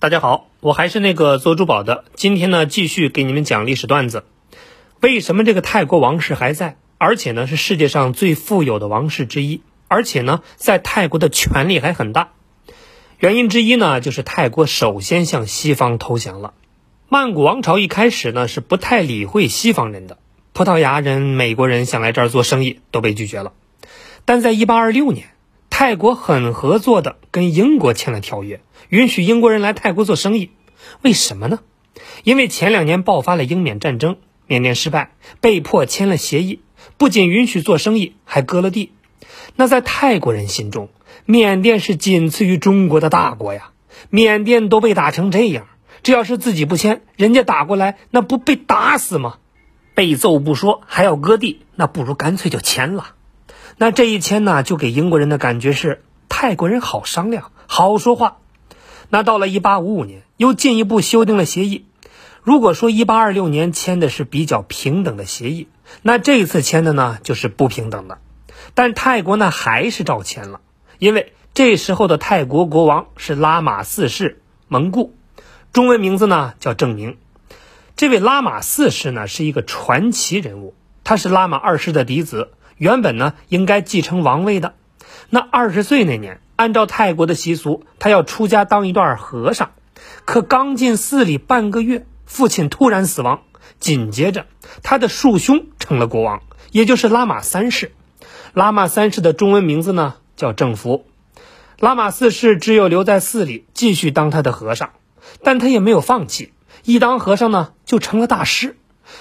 大家好，我还是那个做珠宝的。今天呢，继续给你们讲历史段子。为什么这个泰国王室还在，而且呢是世界上最富有的王室之一，而且呢在泰国的权力还很大？原因之一呢，就是泰国首先向西方投降了。曼谷王朝一开始呢是不太理会西方人的，葡萄牙人、美国人想来这儿做生意都被拒绝了。但在1826年，泰国很合作的跟英国签了条约，允许英国人来泰国做生意。为什么呢？因为前2年爆发了英缅战争，缅甸失败，被迫签了协议，不仅允许做生意，还割了地。那在泰国人心中，缅甸是仅次于中国的大国呀，缅甸都被打成这样，这要是自己不签，人家打过来，那不被打死吗？被揍不说，还要割地，那不如干脆就签了。那这一签呢，就给英国人的感觉是泰国人好商量，好说话。那到了1855年，又进一步修订了协议。如果说1826年签的是比较平等的协议，那这次签的呢，就是不平等的。但泰国呢，还是照签了，因为这时候的泰国国王是拉玛四世蒙固，中文名字呢叫正明。这位拉玛四世呢，是一个传奇人物，他是拉玛2世的嫡子，原本呢应该继承王位的。那20岁那年，按照泰国的习俗，他要出家当一段和尚，可刚进寺里半个月，父亲突然死亡，紧接着他的庶兄成了国王，也就是拉玛3世。拉玛3世的中文名字呢叫正福。拉玛4世只有留在寺里继续当他的和尚，但他也没有放弃，一当和尚呢就成了大师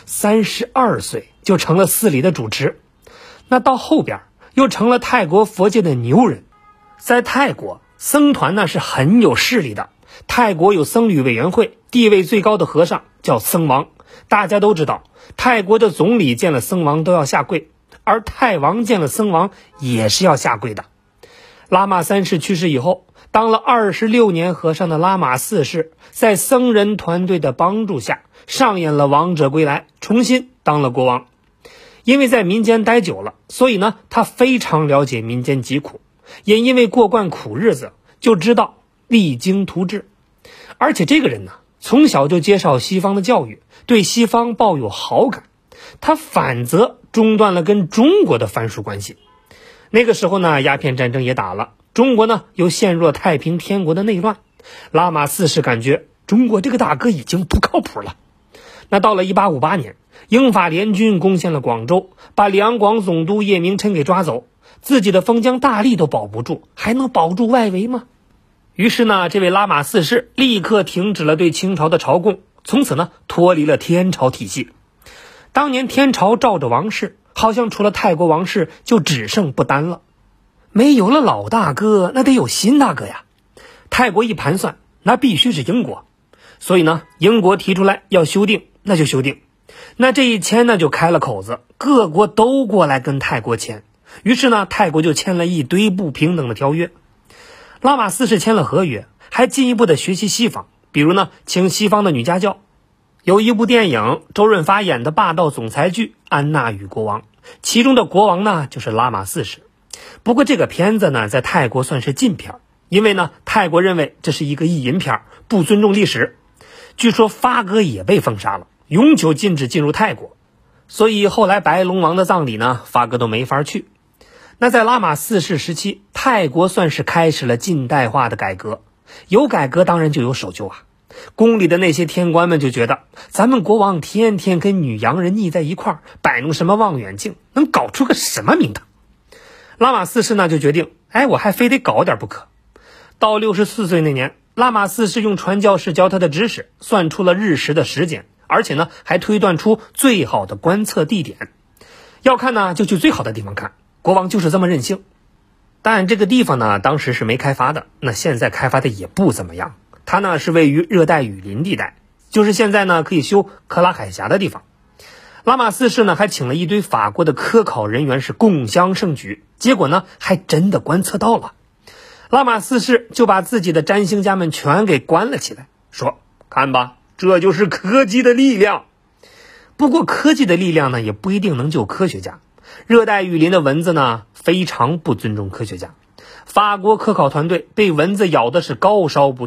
，32岁就成了寺里的主持。那到后边又成了泰国佛界的牛人。在泰国，僧团呢是很有势力的，泰国有僧侣委员会，地位最高的和尚叫僧王。大家都知道，泰国的总理见了僧王都要下跪，而泰王见了僧王也是要下跪的。拉玛3世去世以后，当了26年和尚的拉玛4世，在僧人团队的帮助下，上演了王者归来，重新当了国王。因为在民间待久了，所以呢，他非常了解民间疾苦，也因为过惯苦日子，就知道励精图治。而且这个人呢，从小就接受西方的教育，对西方抱有好感，他反则中断了跟中国的藩属关系。那个时候呢，鸦片战争也打了，中国呢又陷入了太平天国的内乱。拉玛4世感觉中国这个大哥已经不靠谱了。那到了1858年，英法联军攻陷了广州，把两广总督叶明琛给抓走，自己的封疆大吏都保不住，还能保住外围吗？于是呢，这位拉玛4世立刻停止了对清朝的朝贡，从此呢脱离了天朝体系。当年天朝罩着王室，好像除了泰国王室就只剩不丹了。没有了老大哥，那得有新大哥呀。泰国一盘算，那必须是英国，所以呢，英国提出来要修订，那就修订。那这一签呢就开了口子，各国都过来跟泰国签，于是呢泰国就签了一堆不平等的条约。拉玛4世签了合约，还进一步的学习西方，比如呢请西方的女家教。有一部电影周润发演的霸道总裁剧《安娜与国王》，其中的国王呢就是拉玛4世。不过这个片子呢在泰国算是禁片，因为呢泰国认为这是一个意淫片，不尊重历史。据说发哥也被封杀了，永久禁止进入泰国，所以后来白龙王的葬礼呢，发哥都没法去。那在拉玛4世时期，泰国算是开始了近代化的改革。有改革当然就有守旧啊。宫里的那些天官们就觉得，咱们国王天天跟女洋人腻在一块儿，摆弄什么望远镜，能搞出个什么名堂？拉玛4世呢就决定，我还非得搞点不可。到64岁那年，拉玛4世用传教士教他的知识，算出了日食的时间，而且呢还推断出最好的观测地点。要看呢就去最好的地方看，国王就是这么任性。但这个地方呢当时是没开发的，那现在开发的也不怎么样。它呢是位于热带雨林地带，就是现在呢可以修克拉海峡的地方。拉玛4世呢还请了一堆法国的科考人员是共襄盛举，结果呢还真的观测到了。拉玛4世就把自己的占星家们全给关了起来，说看吧，这就是科技的力量。不过科技的力量呢也不一定能救科学家。热带雨林的蚊子呢非常不尊重科学家，法国科考团队被蚊子咬的是高烧不退，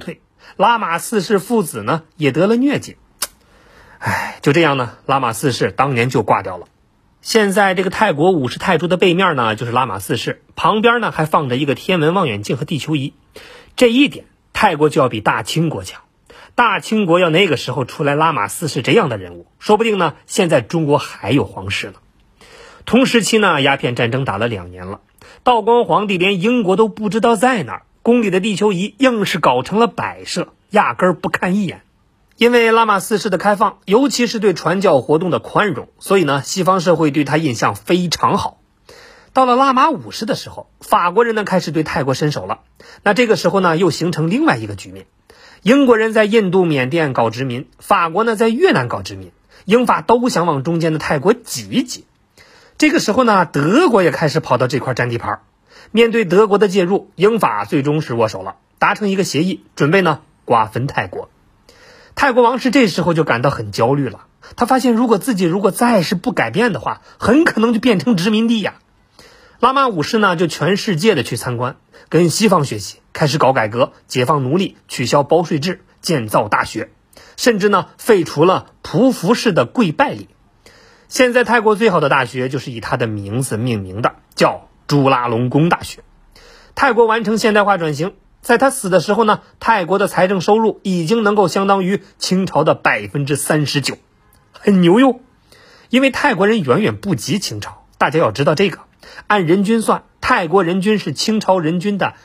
拉玛四世父子呢也得了疟疾。就这样呢，拉玛四世当年就挂掉了。现在这个泰国五世泰柱的背面呢就是拉玛四世，旁边呢还放着一个天文望远镜和地球仪。这一点泰国就要比大清国强。大清国要那个时候出来拉玛四世这样的人物，说不定呢现在中国还有皇室呢。同时期呢，鸦片战争打了2年了，道光皇帝连英国都不知道在哪儿，宫里的地球仪硬是搞成了摆设，压根儿不看一眼。因为拉玛四世的开放，尤其是对传教活动的宽容，所以呢，西方社会对他印象非常好。到了拉玛五世的时候，法国人呢开始对泰国伸手了。那这个时候呢，又形成另外一个局面：英国人在印度、缅甸搞殖民，法国呢在越南搞殖民，英法都想往中间的泰国挤一挤。这个时候呢，德国也开始跑到这块占地盘。面对德国的介入，英法最终是握手了，达成一个协议，准备呢瓜分泰国。泰国王室这时候就感到很焦虑了，他发现自己再是不改变的话，很可能就变成殖民地呀。拉玛五世呢就全世界的去参观，跟西方学习，开始搞改革，解放奴隶，取消包税制，建造大学，甚至呢废除了匍匐式的跪拜礼。现在泰国最好的大学就是以他的名字命名的，叫朱拉隆功大学。泰国完成现代化转型，在他死的时候呢，泰国的财政收入已经能够相当于清朝的39%，很牛哟。因为泰国人远远不及清朝，大家要知道这个，按人均算，泰国人均是清朝人均的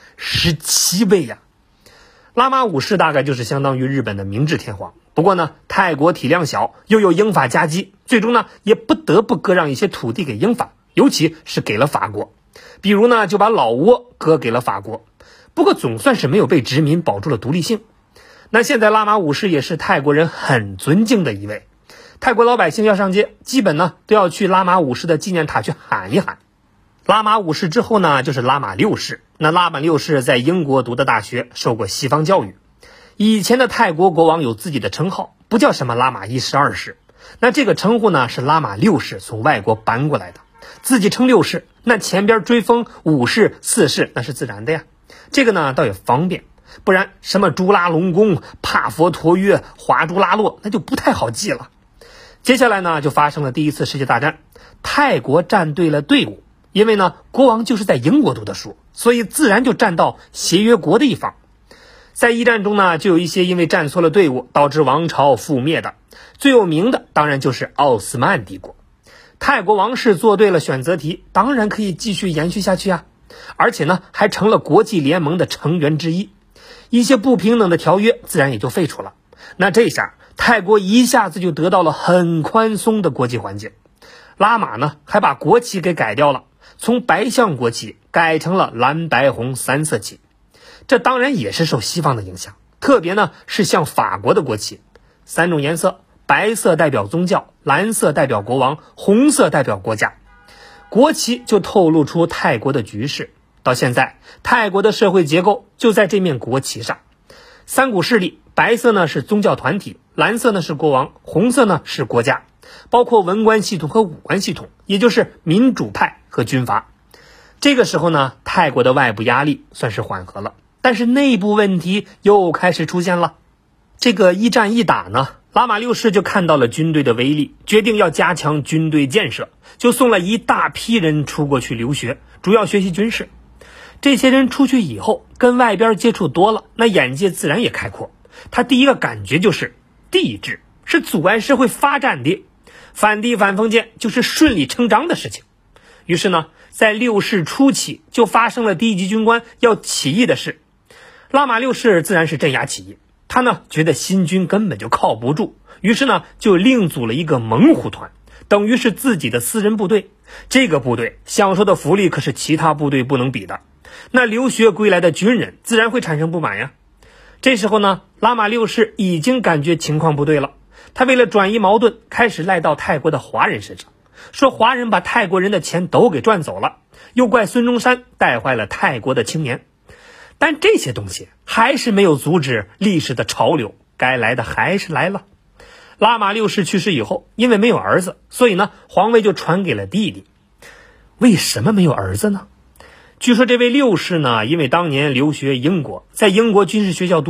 17倍呀。拉玛五世大概就是相当于日本的明治天皇，不过呢，泰国体量小，又有英法夹击，最终呢也不得不割让一些土地给英法，尤其是给了法国。比如呢，就把老挝割给了法国。不过总算是没有被殖民，保住了独立性。那现在拉玛五世也是泰国人很尊敬的一位，泰国老百姓要上街，基本呢都要去拉玛五世的纪念塔去喊一喊。拉玛五世之后呢，就是拉玛六世。那拉玛六世在英国读的大学，受过西方教育。以前的泰国国王有自己的称号，不叫什么拉玛一世、二世，那这个称呼呢是拉玛六世从外国搬过来的，自己称六世，那前边追封五世、四世那是自然的呀。这个呢倒也方便，不然什么朱拉隆功、帕佛陀约、华朱拉洛那就不太好记了。接下来呢就发生了第一次世界大战，泰国站对了队伍，因为呢国王就是在英国读的书，所以自然就站到协约国的一方。在一战中呢，就有一些因为站错了队伍导致王朝覆灭的，最有名的当然就是奥斯曼帝国。泰国王室做对了选择题，当然可以继续延续下去啊，而且呢还成了国际联盟的成员之一，一些不平等的条约自然也就废除了。那这下泰国一下子就得到了很宽松的国际环境。拉玛呢还把国旗给改掉了，从白象国旗改成了蓝白红3色旗，这当然也是受西方的影响，特别呢是像法国的国旗，3种颜色，白色代表宗教，蓝色代表国王，红色代表国家。国旗就透露出泰国的局势，到现在泰国的社会结构就在这面国旗上。3股势力，白色呢是宗教团体，蓝色呢是国王，红色呢是国家，包括文官系统和武官系统，也就是民主派和军阀。这个时候呢，泰国的外部压力算是缓和了，但是内部问题又开始出现了。这个一战一打呢，拉玛六世就看到了军队的威力，决定要加强军队建设，就送了一大批人出国去留学，主要学习军事。这些人出去以后跟外边接触多了，那眼界自然也开阔。他第一个感觉就是帝制是阻碍社会发展的，反帝反封建就是顺理成章的事情。于是呢，在六世初期就发生了低级军官要起义的事。拉玛六世自然是镇压起义，他呢觉得新军根本就靠不住，于是呢就另组了一个猛虎团，等于是自己的私人部队。这个部队享受的福利可是其他部队不能比的，那留学归来的军人自然会产生不满呀。这时候呢，拉玛六世已经感觉情况不对了，他为了转移矛盾，开始赖到泰国的华人身上，说华人把泰国人的钱都给赚走了，又怪孙中山带坏了泰国的青年。但这些东西还是没有阻止历史的潮流，该来的还是来了。拉玛六世去世以后，因为没有儿子，所以呢皇位就传给了弟弟。为什么没有儿子呢？据说这位六世呢，因为当年留学英国，在英国军事学校读书，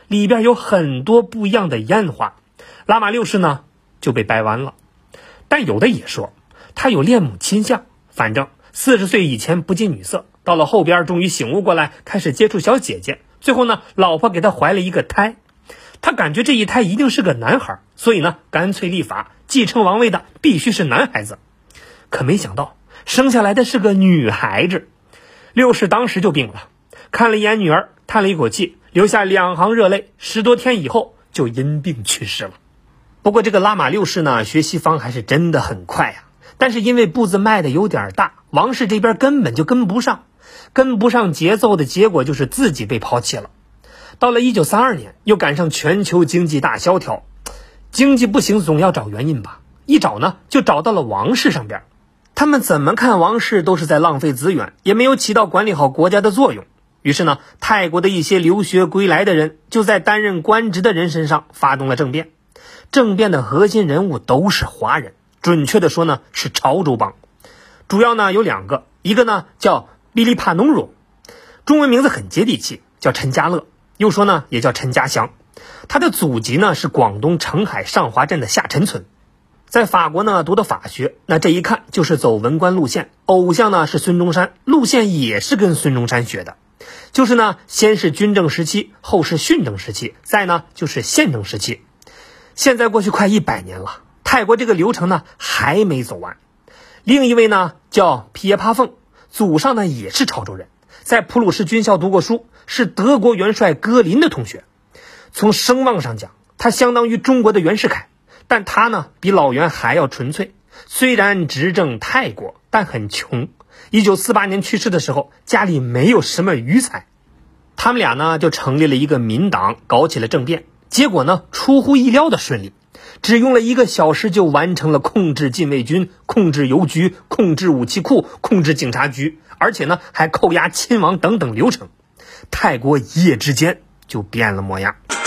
里边有很多不一样的烟花，拉玛六世呢就被掰弯了。但有的也说他有恋母倾向，反正40岁以前不近女色，到了后边终于醒悟过来，开始接触小姐姐，最后呢老婆给他怀了一个胎，他感觉这一胎一定是个男孩，所以呢干脆立法，继承王位的必须是男孩子。可没想到生下来的是个女孩子，六世当时就病了，看了一眼女儿，叹了一口气，流下2行热泪，10多天以后就因病去世了。不过这个拉玛六世呢，学西方还是真的很快呀，但是因为步子迈的有点大，王室这边根本就跟不上节奏的结果就是自己被抛弃了。到了1932年，又赶上全球经济大萧条，经济不行总要找原因吧，一找呢就找到了王室上边。他们怎么看王室都是在浪费资源，也没有起到管理好国家的作用。于是呢，泰国的一些留学归来的人就在担任官职的人身上发动了政变。政变的核心人物都是华人，准确的说呢是潮州帮，主要呢有2个，一个呢叫利利帕农荣，中文名字很接地气，叫陈家乐，又说呢也叫陈家祥，他的祖籍呢是广东澄海上华镇的下陈村，在法国呢读的法学，那这一看就是走文官路线，偶像呢是孙中山，路线也是跟孙中山学的，就是呢先是军政时期，后是训政时期，再呢就是宪政时期。现在过去快100年了，泰国这个流程呢还没走完。另一位呢叫皮耶帕凤，祖上呢也是潮州人，在普鲁士军校读过书，是德国元帅戈林的同学。从声望上讲，他相当于中国的袁世凯，但他呢比老袁还要纯粹。虽然执政泰国，但很穷。1948年去世的时候，家里没有什么余财。他们俩呢就成立了一个民党，搞起了政变。结果呢出乎意料的顺利，只用了1个小时就完成了控制禁卫军、控制邮局、控制武器库、控制警察局，而且呢还扣押亲王等等流程。泰国一夜之间就变了模样。